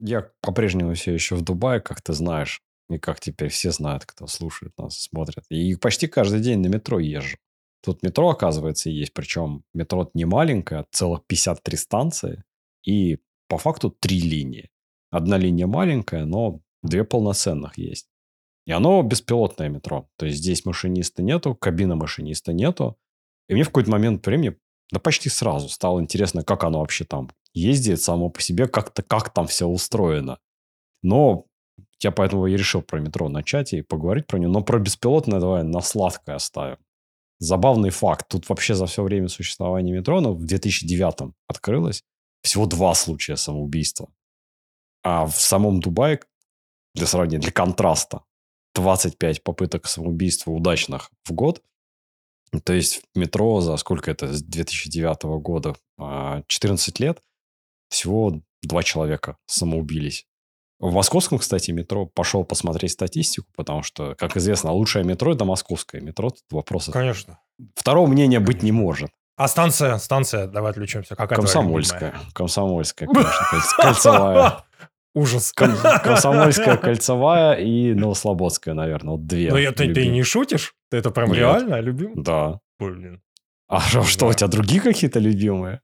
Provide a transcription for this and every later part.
Я по-прежнему все еще в Дубае, как ты знаешь. И как теперь все знают, кто слушает нас, смотрит. И почти каждый день на метро езжу. Тут метро, оказывается, есть. Причем метро не маленькое, а целых 53 станции. И по факту 3 линии. Одна линия маленькая, но 2 полноценных есть. И оно беспилотное метро. То есть здесь машиниста нету, кабины машиниста нету. И мне в какой-то момент времени, да почти сразу, стало интересно, как оно вообще там ездит само по себе, как там все устроено. Но я поэтому и решил про метро начать и поговорить про него. Но про беспилотное давай на сладкое оставим. Забавный факт. Тут вообще за все время существования метро, оно в 2009 открылось, всего 2 случая самоубийства. А в самом Дубае, для сравнения, для контраста, 25 попыток самоубийства удачных в год. То есть в метро за сколько это, с 2009 года, 14 лет, всего 2 человека самоубились. В московском, кстати, метро пошел посмотреть статистику, потому что, как известно, лучшее метро – это московское метро. Тут вопросов. Конечно. Второго мнения быть не может. А станция, давай отвлечемся. Какая Комсомольская. Комсомольская, конечно, кольцевая. Ужас. Комсомольская, кольцевая и Новослободская, наверное. Вот 2. Ну, ты не шутишь? Ты это прям реально любим? Да. Блин. А что, у тебя другие какие-то любимые?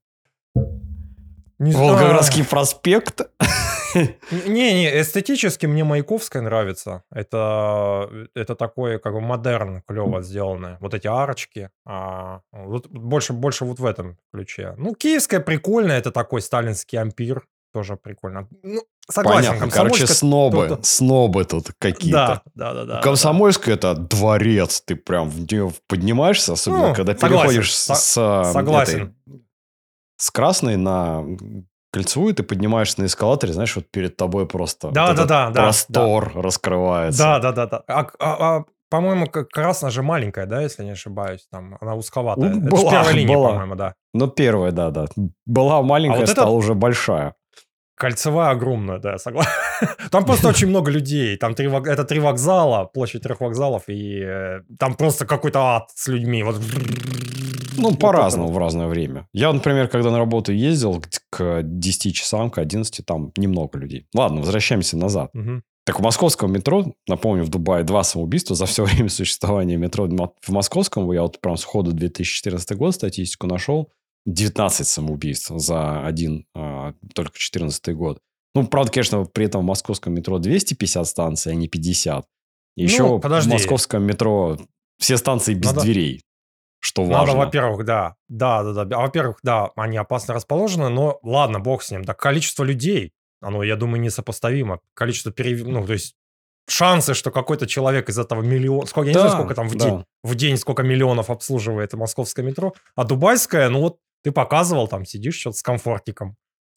Не Волгоградский проспект? Не, эстетически мне Маяковская нравится. Это такое, как бы, модерн, клево сделанное. Вот эти арочки. Вот больше вот в этом ключе. Ну, Киевская прикольная, это такой сталинский ампир. Тоже прикольно. Ну, согласен. Понятно, короче, снобы тут какие-то. Да. Комсомольская – это дворец. Ты прям в нее поднимаешься, особенно когда переходишь согласен. С Красной на Кольцевую, ты поднимаешься на эскалаторе, знаешь, вот перед тобой просто простор раскрывается. Да. По-моему, Красная же маленькая, да, если не ошибаюсь. Там она узковатая. Это Была, же первая линия, была. по-моему, да. Ну, первая, да. Была маленькая, стала уже большая. Кольцевая огромная, да, согласен. Там просто очень много людей. Там 3 вокзала, площадь 3 вокзалов, и там просто какой-то ад с людьми. Вот. Ну, по-разному в разное время. Я, например, когда на работу ездил к 10 часам, к 11, там немного людей. Ладно, возвращаемся назад. Угу. Так в московском метро, напомню, в Дубае 2 самоубийства за все время существования метро. В московском, я вот прям сходу 2014 год статистику нашел, 19 самоубийств за один только 2014 год. Ну, правда, конечно, при этом в московском метро 250 станций, а не 50. И еще в московском метро все станции без дверей, что важно. Надо, во-первых, да. Во-первых, да, они опасно расположены, но ладно, бог с ним. Так количество людей, оно, я думаю, несопоставимо. Количество то есть шансы, что какой-то человек из этого миллион... Я не знаю, сколько там в день, сколько миллионов обслуживает московское метро. А дубайское, ну вот ты показывал, там сидишь что-то с комфортиком.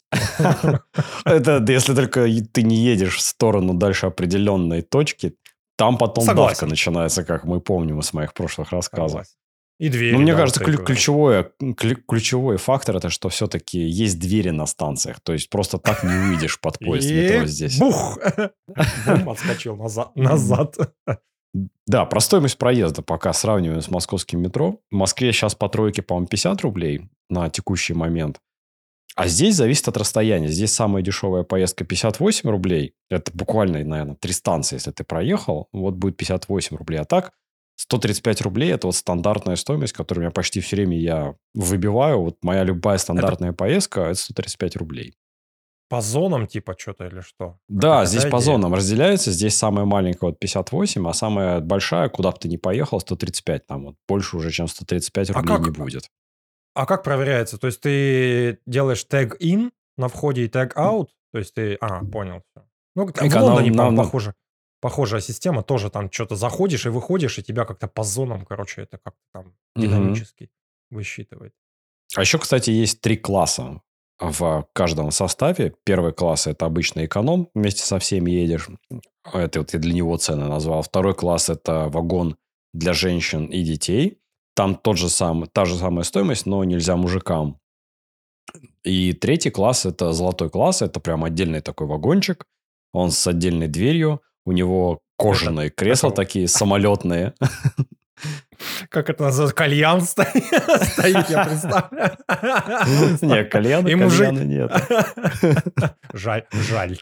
Это если только ты не едешь в сторону дальше определенной точки, там потом давка начинается, как мы помним из моих прошлых рассказов. И двери. Ну, мне кажется, ключевой фактор – это что все-таки есть двери на станциях. То есть просто так не уйдешь под поезд метро здесь. Бух! Бум, отскочил назад. Да, про стоимость проезда пока сравниваем с московским метро. В Москве сейчас по тройке, по-моему, 50 рублей на текущий момент. А здесь зависит от расстояния. Здесь самая дешевая поездка 58 рублей. Это буквально, наверное, 3 станции, если ты проехал. Вот будет 58 рублей. А так 135 рублей – это вот стандартная стоимость, которую я почти все время я выбиваю. Вот моя любая стандартная поездка – это 135 рублей. По зонам типа что-то или что? Да, здесь по зонам разделяется. Здесь самая маленькая вот 58, а самая большая, куда бы ты ни поехал, 135. Там вот больше уже, чем 135 рублей не будет. А как проверяется? То есть ты делаешь тег-ин на входе и тег-аут? То есть ты... понял. Ну, в Лондоне, по-моему, похожая система. Тоже там что-то заходишь и выходишь, и тебя как-то по зонам, короче, это как-то там динамически высчитывает. А еще, кстати, есть 3 класса в каждом составе. Первый класс – это обычный эконом. Вместе со всеми едешь. Это вот я для него цены назвал. Второй класс – это вагон для женщин и детей. Там та же самая стоимость, но нельзя мужикам. И третий класс – это золотой класс. Это прям отдельный такой вагончик. Он с отдельной дверью. У него кожаные кресла такие самолетные. Как это называется? Кальян стоит, я представляю. Не, И мужик... кальяна нету. Жаль, жаль.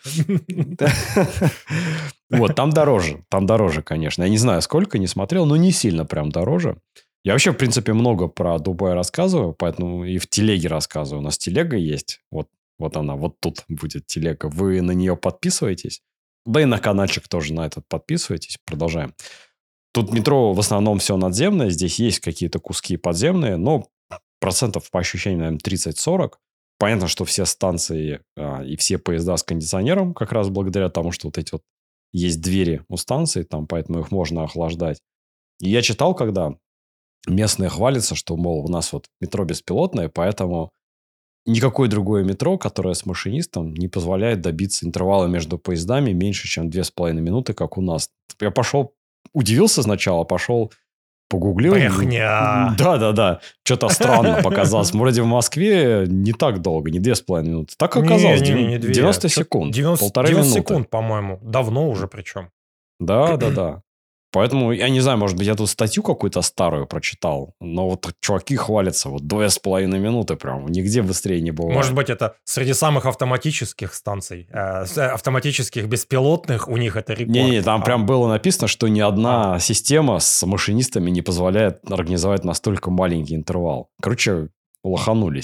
Вот, там дороже, конечно. Я не знаю, сколько, не смотрел, но не сильно прям дороже. Я вообще, в принципе, много про Дубай рассказываю, поэтому и в телеге рассказываю. У нас телега есть. Вот она, вот тут будет телега. Вы на нее подписываетесь. Да и на каналчик тоже на этот подписывайтесь. Продолжаем. Тут метро в основном все надземное. Здесь есть какие-то куски подземные, но процентов по ощущениям, наверное, 30-40. Понятно, что все станции и все поезда с кондиционером, как раз благодаря тому, что вот эти вот есть двери у станции, там, поэтому их можно охлаждать. И я читал, когда местные хвалятся, что, мол, у нас вот метро беспилотное, поэтому никакое другое метро, которое с машинистом, не позволяет добиться интервала между поездами меньше, чем 2,5 минуты, как у нас. Я пошел, удивился сначала, пошел, погуглил. Брехня. Да. Что-то странно показалось. Вроде в Москве не так долго, не 2,5 минуты. Так оказалось, Не 90 секунд. 90 минуты. секунд, по-моему. Давно уже причем. Да. Поэтому, я не знаю, может быть, я тут статью какую-то старую прочитал, но вот чуваки хвалятся, вот 2,5 минуты прям, нигде быстрее не бывает. Может быть, это среди самых автоматических станций, автоматических беспилотных, у них это рекорд. Не, там прям было написано, что ни одна система с машинистами не позволяет организовать настолько маленький интервал. Короче, лоханулись.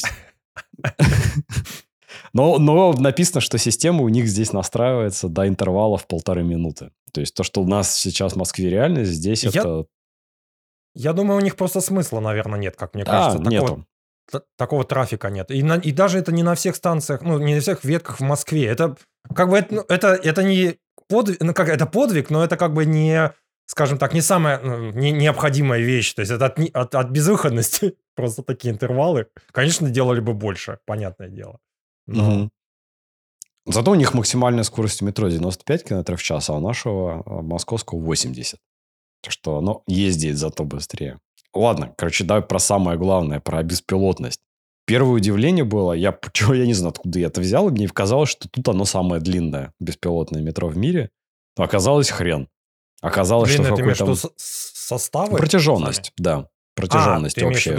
Но написано, что система у них здесь настраивается до интервала в 1,5 минуты. То есть, то, что у нас сейчас в Москве реальность, здесь это... Я думаю, у них просто смысла, наверное, нет, как мне кажется. нету. Такого трафика нет. И даже это не на всех станциях, не на всех ветках в Москве. Это как бы это не подвиг, это подвиг, но это как бы не, скажем так, не самая необходимая вещь. То есть это от безвыходности просто такие интервалы. Конечно, делали бы больше, понятное дело. Но... Зато у них максимальная скорость метро 95 км в час, а у нашего московского 80. Так что оно ездит зато быстрее. Ладно, короче, давай про самое главное, про беспилотность. Первое удивление было, я не знаю, откуда я это взял, и мне казалось, что тут оно самое длинное беспилотное метро в мире. Но оказалось хрен. Оказалось, длинное, что ты имеешь в какой-то... виду составы? Протяженность, да. Протяженность вообще.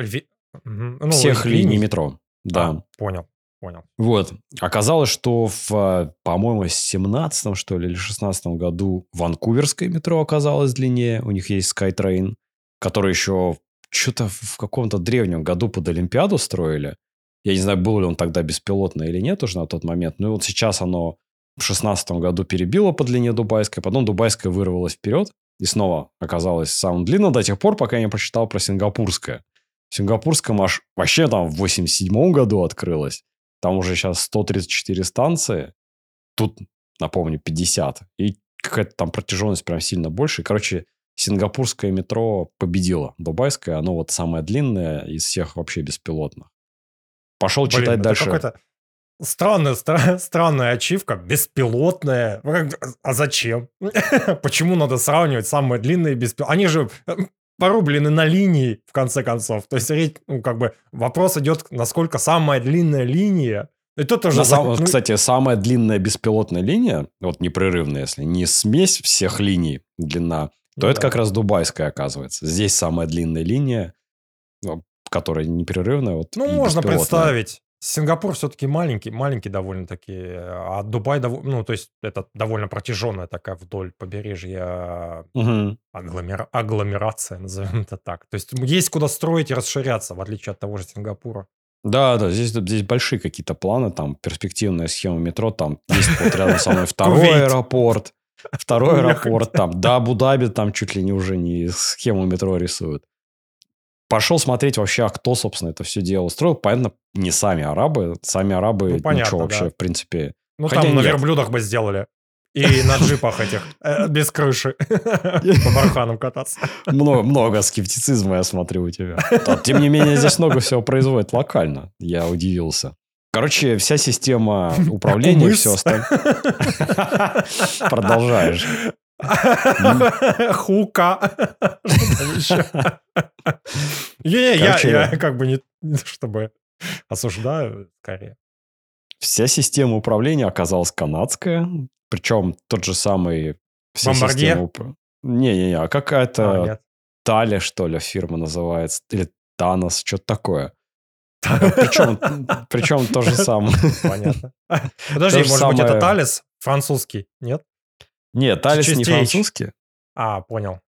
всех линий метро. Да. Понял. Вот. Оказалось, что по-моему, в 17-м, что ли, или 16-м году ванкуверское метро оказалось длиннее. У них есть SkyTrain, который еще что-то в каком-то древнем году под Олимпиаду строили. Я не знаю, был ли он тогда беспилотный или нет уже на тот момент. Но вот сейчас оно в 16-м году перебило по длине дубайское. Потом дубайское вырвалось вперед. И снова оказалось самым длинным до тех пор, пока я не прочитал про сингапурское. Сингапурское вообще там в 87-м году открылось. Там уже сейчас 134 станции. Тут, напомню, 50. И какая-то там протяженность прям сильно больше. Короче, сингапурское метро победило дубайское. Оно вот самое длинное из всех вообще беспилотных. Пошел читать дальше. Это какая-то странная ачивка. Беспилотная. А зачем? Почему надо сравнивать самые длинные беспилотные? Они же... порублены на линии, в конце концов. То есть, вопрос идет, насколько самая длинная линия. Это тоже... Кстати, самая длинная беспилотная линия, вот непрерывная, если не смесь всех линий длина, то это как раз дубайская, оказывается. Здесь самая длинная линия, которая непрерывная. Можно представить. Сингапур все-таки маленький довольно-таки, а Дубай, то есть это довольно протяженная такая вдоль побережья агломерация, назовем это так. То есть есть куда строить и расширяться, в отличие от того же Сингапура. Да, здесь большие какие-то планы, там перспективная схема метро, там есть вот рядом со мной второй аэропорт, там, да, Абу-Даби, там чуть ли не уже не схему метро рисуют. Пошел смотреть вообще, а кто, собственно, это все дело устроил. Понятно, не сами арабы. Сами арабы ничего вообще, в принципе... там на верблюдах бы сделали. И на джипах этих, без крыши. По барханам кататься. Много скептицизма, я смотрю, у тебя. Тем не менее, здесь много всего производит локально. Я удивился. Короче, вся система управления, все остальное... Продолжаешь. Хука. Я как бы не чтобы осуждаю, скорее. Вся система управления оказалась канадская. Причем тот же самый... Бомбардье? Не, а какая-то Тали, что ли, фирма называется. Или Танос, что-то такое. Причем то же самое. Понятно. То Подожди, же может быть, это самое. Талис французский, нет? Нет, Талис не TH. французский. Понял.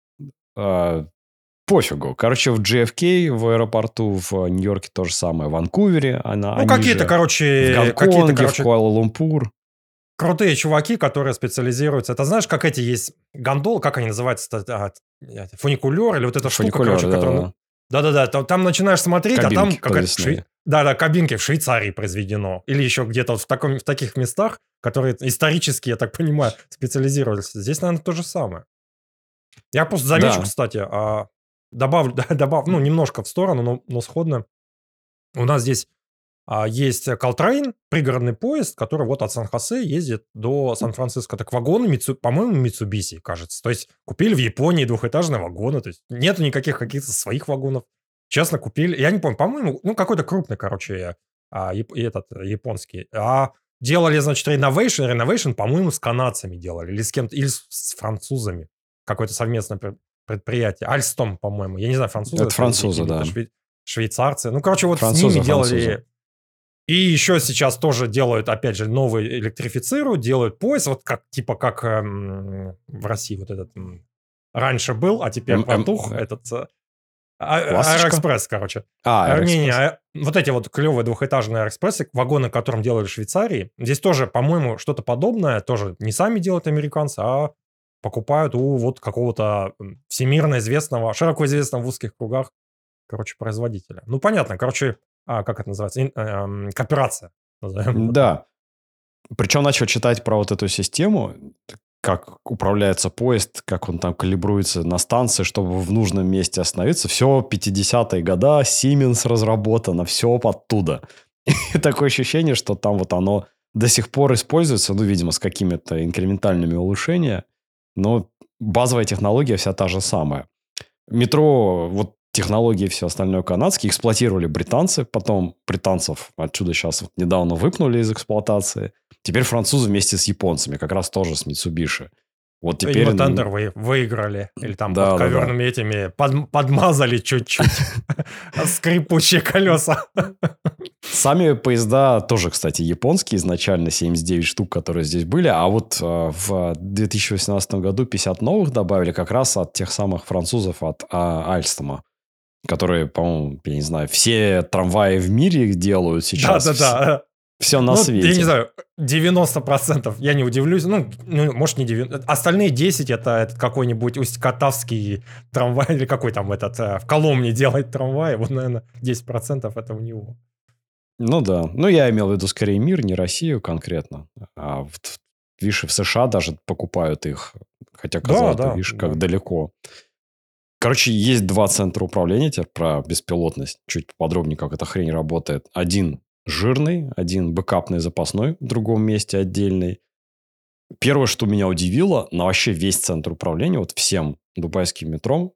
Пофигу. Короче, в JFK, в аэропорту, в Нью-Йорке то же самое. В Ванкувере, Ну, какие-то, в короче, Гонконге, в Куала-Лумпур. крутые чуваки, которые специализируются. Это знаешь, как эти есть гондолы, как они называются? Фуникулер или вот эта штука, Фуникулер, короче, которая... Да-да-да, там начинаешь смотреть, а там Кабинки какая-то... подвесные. Да-да, кабинки в Швейцарии произведено. Или еще где-то в таких местах, которые исторически, я так понимаю, специализировались. Здесь, наверное, то же самое. Я просто замечу, Да. кстати, добавлю, ну, немножко в сторону, но сходно. У нас здесь есть Caltrain, пригородный поезд, который вот от Сан-Хосе ездит до Сан-Франциско. Так вагоны, по-моему, Mitsubishi, кажется. То есть купили в Японии двухэтажные вагоны. То есть нету никаких каких-то своих вагонов. Честно, купили. Я не помню, по-моему, ну, какой-то крупный, короче, японский. Делали, значит, Renovation, по-моему, с канадцами делали. Или с кем-то, или с французами. Какое-то совместное предприятие. Альстом, по-моему. Я не знаю, французы Это французы, или да. это швейцарцы. Ну, короче, вот Французы, с ними делали... французы. И еще сейчас тоже делают, опять же, новый электрифицируют, делают поезд, вот как в России вот этот раньше был, а теперь потух этот Аэроэкспресс, короче. Аэроэкспресс. Вот эти вот клевые двухэтажные Аэроэкспрессы, вагоны, которым делали в Швейцарии, здесь тоже, по-моему, что-то подобное, тоже не сами делают американцы, а покупают у вот какого-то всемирно известного, широко известного в узких кругах, короче, производителя. Ну, понятно, короче, как это называется? Кооперация. Да. Причем начал читать про вот эту систему, как управляется поезд, как он там калибруется на станции, чтобы в нужном месте остановиться. Все 50-е года, Siemens разработано, все оттуда. И такое ощущение, что там вот оно до сих пор используется, ну, видимо, с какими-то инкрементальными улучшениями, но базовая технология вся та же самая. Метро, вот технологии и все остальное канадские эксплуатировали британцы, потом британцев отсюда сейчас вот недавно выпнули из эксплуатации. Теперь французы вместе с японцами, как раз тоже с Mitsubishi. Вот теперь... Видимо, тендер выиграли. Или там Да, под коверными этими подмазали чуть-чуть. Скрипучие колеса. Сами поезда тоже, кстати, японские изначально, 79 штук, которые здесь были. А вот в 2018 году 50 новых добавили как раз от тех самых французов, от Альстома. Которые, по-моему, я не знаю, все трамваи в мире делают сейчас. Да-да-да. Все на свете. Я не знаю, 90%, я не удивлюсь. Ну может, не 90%. Остальные 10% это этот какой-нибудь Усть-Катавский трамвай, или какой там этот, в Коломне делает трамвай. Вот, наверное, 10% это у него. Ну да. Ну, я имел в виду скорее мир, не Россию конкретно. А видишь, в США даже покупают их. Хотя, казалось бы, видишь, как далеко. Короче, есть два центра управления, теперь про беспилотность. Чуть поподробнее, как эта хрень работает. Один жирный, один бэкапный запасной в другом месте отдельный. Первое, что меня удивило, на вообще весь центр управления, вот всем дубайским метром,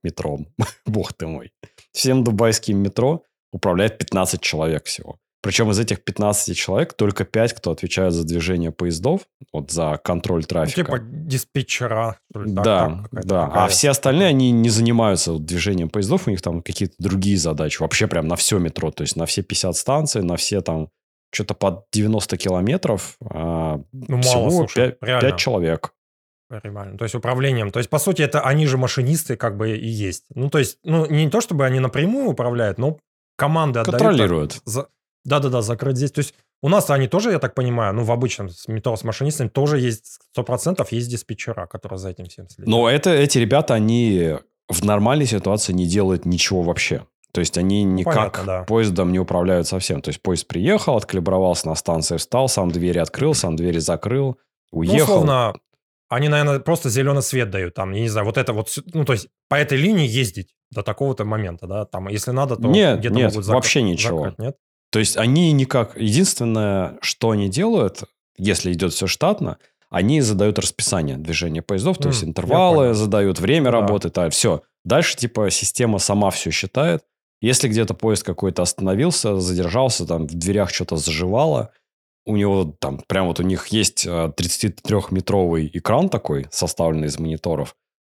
бог ты мой, всем дубайским метро управляет 15 человек всего. Причем из этих 15 человек только 5, кто отвечает за движение поездов, вот за контроль трафика. Ну, типа диспетчера. Да. А все остальные, они не занимаются движением поездов, у них там какие-то другие задачи. Вообще прям на все метро, то есть на все 50 станций, на все там что-то под 90 километров. Ну, всего мало, слушай, 5 человек. Реально. То есть управлением. То есть, по сути, это они же машинисты как бы и есть. Ну, то есть, не то, чтобы они напрямую управляют, но команды отдают. Контролируют. Да-да-да, закрыть здесь. То есть, у нас они тоже, я так понимаю, ну, в обычном метро с машинистами тоже есть 100% есть диспетчера, которые за этим всем следят. Но эти ребята, они в нормальной ситуации не делают ничего вообще. То есть, они никак поездом не управляют совсем. То есть, поезд приехал, откалибровался на станции, встал, сам двери открыл, сам двери закрыл, уехал. Ну, условно, они, наверное, просто зеленый свет дают. Там, я не знаю, вот это вот... Ну, то есть, по этой линии ездить до такого-то момента, да? Там, если надо, то где-то могут вообще ничего. закрыть, нет? То есть, они никак... Единственное, что они делают, если идет все штатно, они задают расписание движения поездов, то есть, интервалы задают, время работы, все. Дальше, типа, система сама все считает. Если где-то поезд какой-то остановился, задержался, там в дверях что-то заживало, у него там, прям вот у них есть 33-метровый экран такой, составленный из мониторов.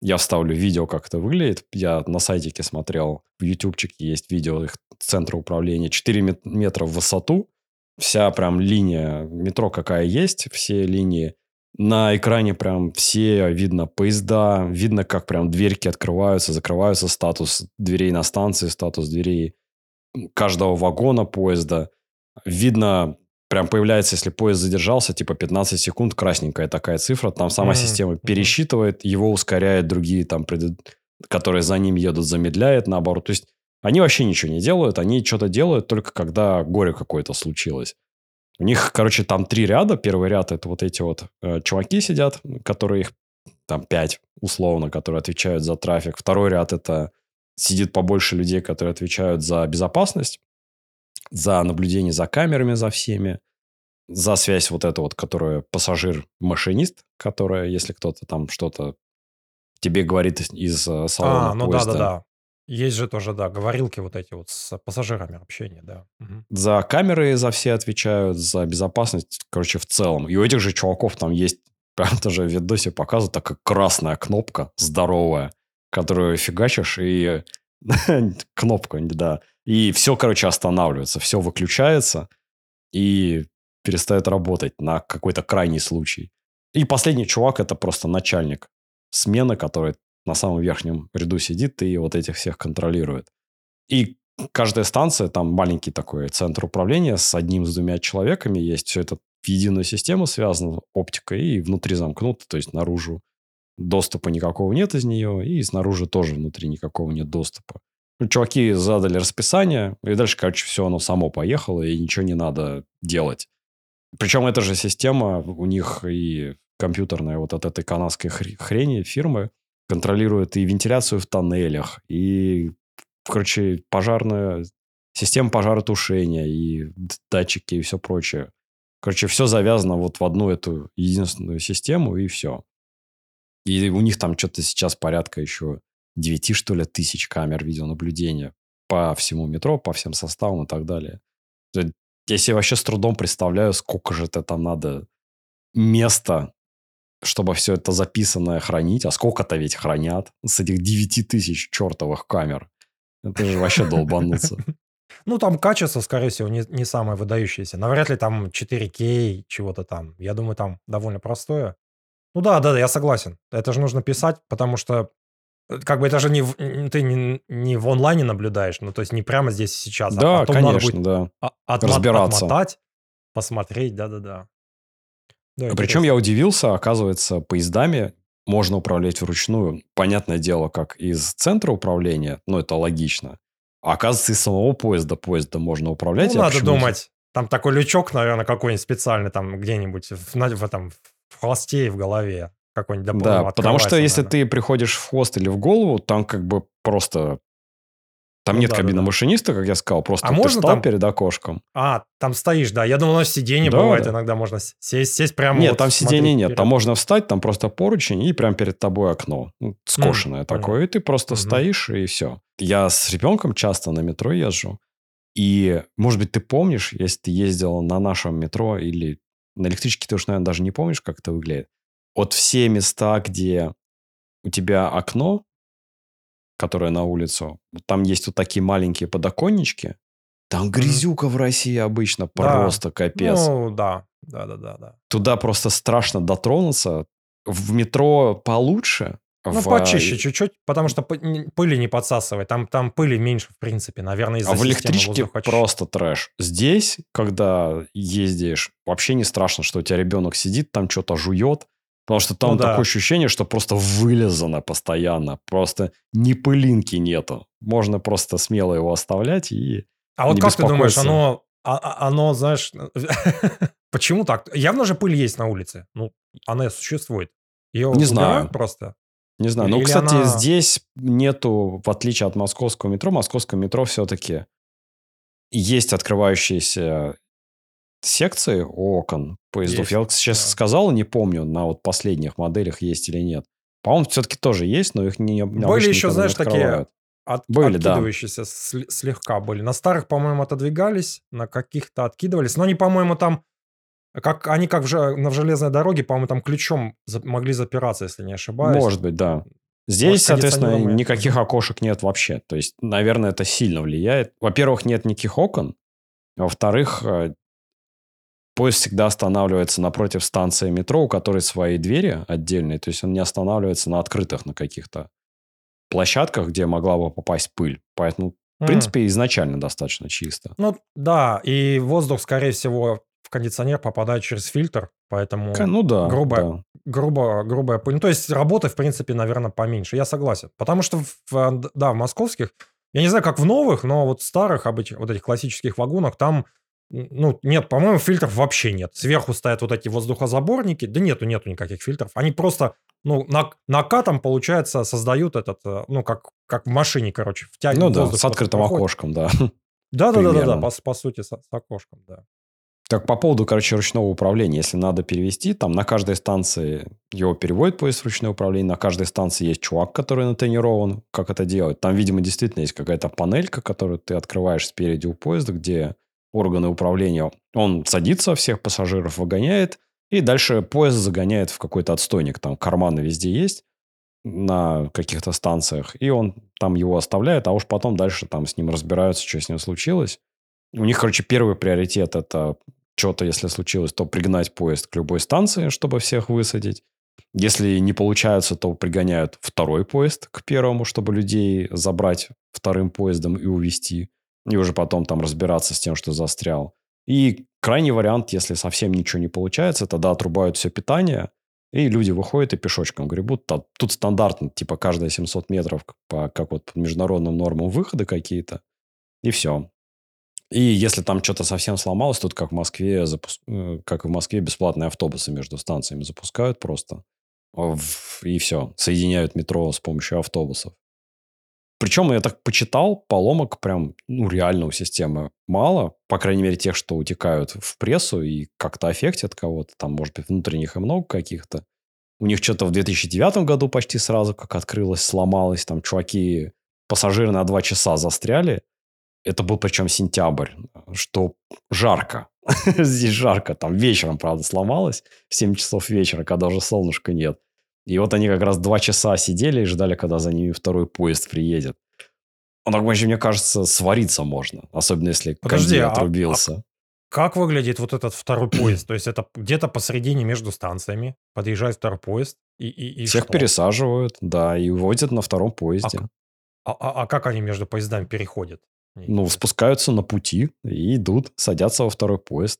Я вставлю видео, как это выглядит. Я на сайтике смотрел, в ютубчике есть видео их центра управления. 4 метра в высоту. Вся прям линия метро какая есть, все линии. На экране прям все видно поезда, видно, как прям дверьки открываются, закрываются, статус дверей на станции, статус дверей каждого вагона поезда. Видно, прям появляется, если поезд задержался, типа 15 секунд, красненькая такая цифра. Там сама система Мгм. пересчитывает, его ускоряет, другие там, которые за ним едут, замедляет, наоборот. То есть они вообще ничего не делают, они что-то делают только когда горе какое-то случилось. У них, короче, там 3 ряда. Первый ряд это вот эти вот чуваки сидят, которые их там 5 условно, которые отвечают за трафик. Второй ряд это сидит побольше людей, которые отвечают за безопасность, за наблюдение за камерами, за всеми, за связь вот эту вот, которая пассажир-машинист, которая, если кто-то там что-то тебе говорит из салона Ну поезда, да-да-да. Есть же тоже, да, говорилки вот эти вот с пассажирами общение, да. Мгм. за камеры за все отвечают, за безопасность, короче, в целом. И у этих же чуваков там есть, прям тоже в видосе показывают, такая красная кнопка здоровая, которую фигачишь, и кнопка, да. И все, короче, останавливается, все выключается, и перестает работать на какой-то крайний случай. И последний чувак – это просто начальник смены, который на самом верхнем ряду сидит и вот этих всех контролирует. И каждая станция, там маленький такой центр управления с одним, с двумя человеками есть. Все это в единую систему связано оптикой и внутри замкнуто, то есть наружу доступа никакого нет из нее, и снаружи тоже внутри никакого нет доступа. Ну, чуваки задали расписание, и дальше, короче, все оно само поехало, и ничего не надо делать. Причем эта же система у них и компьютерная вот от этой канадской хрени фирмы контролирует и вентиляцию в тоннелях, и, короче, пожарную систему пожаротушения, и датчики, и все прочее. Короче, все завязано вот в одну эту единственную систему, и все. И у них там что-то сейчас порядка еще 9, что ли, тысяч камер видеонаблюдения по всему метро, по всем составам и так далее. То есть, я себе вообще с трудом представляю, сколько же это там надо места, чтобы все это записанное хранить. А сколько-то ведь хранят с этих 9 тысяч чертовых камер. Это же вообще долбануться. Ну, там качество, скорее всего, не самое выдающееся. Навряд ли там 4К, чего-то там. Я думаю, там довольно простое. Ну да, я согласен. Это же нужно писать, потому что как бы это же ты не в онлайне наблюдаешь, ну, то есть не прямо здесь и сейчас, а Да, потом надо будет конечно, да. Разбираться. отмотать, посмотреть, да-да-да. Да, Причем я интересно. удивился, оказывается, поездами можно управлять вручную. Понятное дело, как из центра управления, ну, это логично. А оказывается, из самого поезда можно Ну, управлять. Я надо почему-то... думать, там такой лючок, наверное, какой-нибудь специальный там где-нибудь в этом, в хвосте и в голове какой-нибудь, Да, ну, потому что открывается, если наверное. ты приходишь в хвост или в голову, там как бы просто... Там Ну нет кабины да-да-да. машиниста, как я сказал, А просто ты можно встал там перед окошком. там стоишь, да. Я думал, на сиденье Да, бывает, да. иногда можно сесть прямо Нет, вот там сидений смотреть нет. Там вперед. можно встать, там просто поручень, и прям перед тобой окно. Скошенное Понял. такое. И ты просто Мгм. стоишь, и все. Я с ребенком часто на метро езжу. И, может быть, ты помнишь, если ты ездил на нашем метро или на электричке, ты уж, наверное, даже не помнишь, как это выглядит. Вот все места, где у тебя окно, которое на улицу, вот там есть вот такие маленькие подоконнички, там Мгм. грязюка в России обычно Да. просто капец. Ну да. Да-да-да-да. Туда просто страшно дотронуться. В метро получше. Ну, почище чуть-чуть, потому что пыли не подсасывает. Там пыли меньше, в принципе, наверное, А из-за в системы электричке воздухоочищения. просто трэш. Здесь, когда ездишь, вообще не страшно, что у тебя ребенок сидит, там что-то жует. Потому что Ну там такое да. ощущение, что просто вылезано постоянно. Просто ни пылинки нету. Можно просто смело его оставлять и А вот не как ты думаешь, беспокоиться. оно, знаешь, почему так? Явно же пыль есть на улице. Ну, она существует. Ее Не убирают знаю. просто? Не знаю. Или, Ну, или кстати, она... здесь нету, в отличие от московского метро все-таки есть открывающиеся секции окон поездов. Я Есть, вот сейчас да. сказал, не помню, на вот последних моделях есть или нет. По-моему, все-таки тоже есть, но их Были обычно еще, никогда не знаешь, такие открывают. Были, да. откидывающиеся слегка были. На старых, по-моему, отодвигались, на каких-то откидывались. Но они, по-моему, там, как в железной дороге, по-моему, там ключом могли запираться, если не ошибаюсь. Может быть, да. Может, Здесь, соответственно, кондиционером и... никаких окошек нет вообще. То есть, наверное, это сильно влияет. Во-первых, нет никаких окон. Во-вторых, поезд всегда останавливается напротив станции метро, у которой свои двери отдельные. То есть, он не останавливается на открытых на каких-то площадках, где могла бы попасть пыль. Поэтому, в М. принципе, изначально достаточно чисто. Ну, да, и воздух, скорее всего, в кондиционер попадает через фильтр, поэтому Ну да, грубая, да. грубая пыль. Ну, то есть работы, в принципе, наверное, поменьше. Я согласен. Потому что, да, в московских, я не знаю, как в новых, но вот в старых обычных, вот этих классических вагонах, там, ну, нет, по-моему, фильтров вообще нет. Сверху стоят вот эти воздухозаборники. Да нету никаких фильтров. Они просто, ну, накатом, получается, создают этот, ну, как в машине, короче, Ну да, воздух с просто открытым проходит. окошком, да, Да-да-да-да-да, примерно. по сути, с окошком, да. Так, по поводу, короче, ручного управления. Если надо перевести, там на каждой станции его переводит поезд в ручное управление. На каждой станции есть чувак, который натренирован, как это делать. Там, видимо, действительно есть какая-то панелька, которую ты открываешь спереди у поезда, где органы управления. Он садится, всех пассажиров выгоняет, и дальше поезд загоняет в какой-то отстойник. Там карманы везде есть на каких-то станциях, и он там его оставляет, а уж потом дальше там с ним разбираются, что с ним случилось. У них, короче, первый приоритет – это что-то, если случилось, то пригнать поезд к любой станции, чтобы всех высадить. Если не получается, то пригоняют второй поезд к первому, чтобы людей забрать вторым поездом и увезти. И уже потом там разбираться с тем, что застрял. И крайний вариант, если совсем ничего не получается, тогда отрубают все питание, и люди выходят и пешочком гребут. Тут стандартно, типа каждые 700 метров, как вот по международным нормам выходы какие-то, и все. И если там что-то совсем сломалось, тут как в Москве, как и в Москве, бесплатные автобусы между станциями запускают просто. И все. Соединяют метро с помощью автобусов. Причем я так почитал, поломок прям, ну, реально у системы мало. По крайней мере, тех, что утекают в прессу и как-то аффектят кого-то. Там, может быть, внутренних и много каких-то. У них что-то в 2009 году почти сразу, как открылось, сломалось. Там чуваки, пассажиры на 2 часа застряли. Это был причем сентябрь, что жарко. Здесь жарко. Там вечером, правда, сломалось. В 7 часов вечера, когда уже солнышка нет. И вот они как раз 2 часа сидели и ждали, когда за ними второй поезд приедет. Он так вообще, мне кажется, свариться можно. Особенно, если Подожди, кондей отрубился. как выглядит вот этот второй поезд? То есть это где-то посередине между станциями подъезжает второй поезд, и Всех что? пересаживают, да, и возят на втором А, поезде. а как они между поездами переходят? Мне Ну, интересно. спускаются на пути и идут, садятся во второй поезд.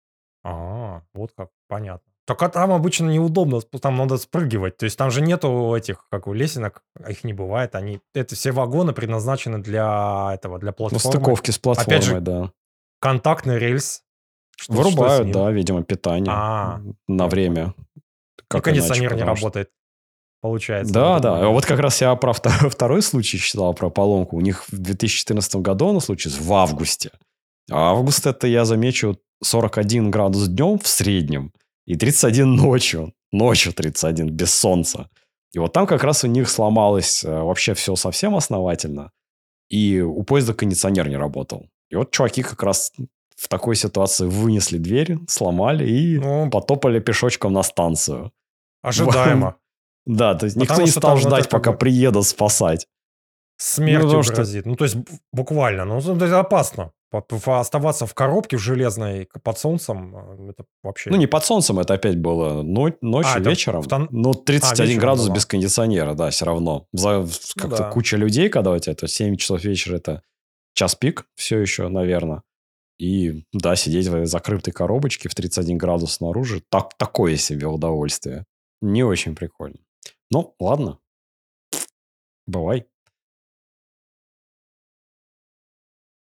Вот как, понятно. Только там обычно неудобно, там надо спрыгивать. То есть там же нету этих, как у лесенок, их не бывает. Это все вагоны предназначены для этого, для На платформы. стыковке с Опять платформой, же, да. контактный рельс. Что с Вырубают, ним? да, видимо, питание А, на я понял. время. И Как иначе, кондиционер не потому что... работает, получается, в Да, этот да. А момент. вот как раз я про второй случай читал, про поломку. У них в 2014 году он случился в августе. А август это, я замечу, 41 градус днем в среднем и 31 ночью. Ночью 31, без солнца. И вот там как раз у них сломалось вообще все совсем основательно. И у поезда кондиционер не работал. И вот чуваки как раз в такой ситуации вынесли дверь, сломали и Ну, потопали пешочком на станцию. ожидаемо. Да, то есть никто Потому не что стал там это ждать, как пока бы приедут спасать. Ну, смертью потому что, грозит. Ну, то есть буквально. Ну, это опасно. Оставаться в коробке в железной под солнцем, это ну, вообще... не под солнцем, это опять было ночью, Это вечером. Но 31 вечером градус без было. кондиционера, да, все равно. Ну Как-то да. куча людей, когда у тебя это 7 часов вечера, это час пик все еще, наверное. И, да, сидеть в закрытой коробочке в 31 градус снаружи, такое себе удовольствие. Не очень прикольно. Ну, ладно, бывай.